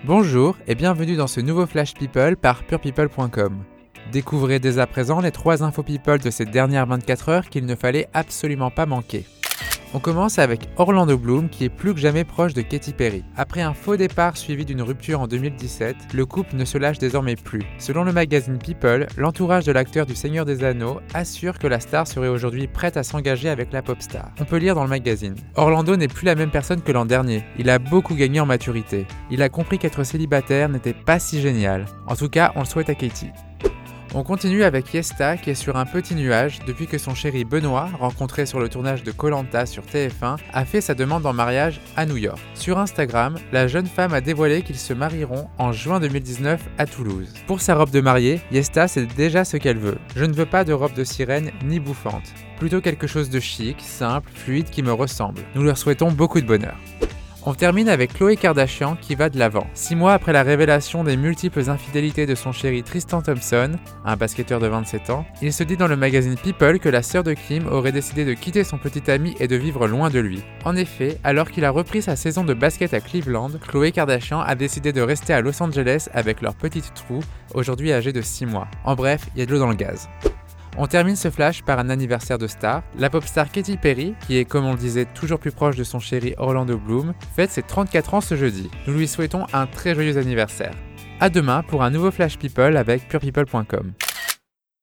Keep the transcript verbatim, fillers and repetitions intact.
Bonjour et bienvenue dans ce nouveau Flash People par pure people point com. Découvrez dès à présent les trois infos people de ces dernières vingt-quatre heures qu'il ne fallait absolument pas manquer. On commence avec Orlando Bloom qui est plus que jamais proche de Katy Perry. Après un faux départ suivi d'une rupture en deux mille dix-sept, le couple ne se lâche désormais plus. Selon le magazine People, l'entourage de l'acteur du Seigneur des Anneaux assure que la star serait aujourd'hui prête à s'engager avec la pop star. On peut lire dans le magazine: Orlando n'est plus la même personne que l'an dernier. Il a beaucoup gagné en maturité. Il a compris qu'être célibataire n'était pas si génial. En tout cas, on le souhaite à Katy. On continue avec Yesta qui est sur un petit nuage depuis que son chéri Benoît, rencontré sur le tournage de Koh Lanta sur T F un, a fait sa demande en mariage à New York. Sur Instagram, la jeune femme a dévoilé qu'ils se marieront en juin deux mille dix-neuf à Toulouse. Pour sa robe de mariée, Yesta sait déjà ce qu'elle veut. Je ne veux pas de robe de sirène ni bouffante. Plutôt quelque chose de chic, simple, fluide qui me ressemble. Nous leur souhaitons beaucoup de bonheur. On termine avec Khloé Kardashian qui va de l'avant. Six mois après la révélation des multiples infidélités de son chéri Tristan Thompson, un basketteur de vingt-sept ans, il se dit dans le magazine People que la sœur de Kim aurait décidé de quitter son petit ami et de vivre loin de lui. En effet, alors qu'il a repris sa saison de basket à Cleveland, Khloé Kardashian a décidé de rester à Los Angeles avec leur petite trou, aujourd'hui âgée de six mois. En bref, il y a de l'eau dans le gaz. On termine ce flash par un anniversaire de star. La pop star Katy Perry, qui est comme on le disait toujours plus proche de son chéri Orlando Bloom, fête ses trente-quatre ans ce jeudi. Nous lui souhaitons un très joyeux anniversaire. À demain pour un nouveau Flash People avec pure people point com.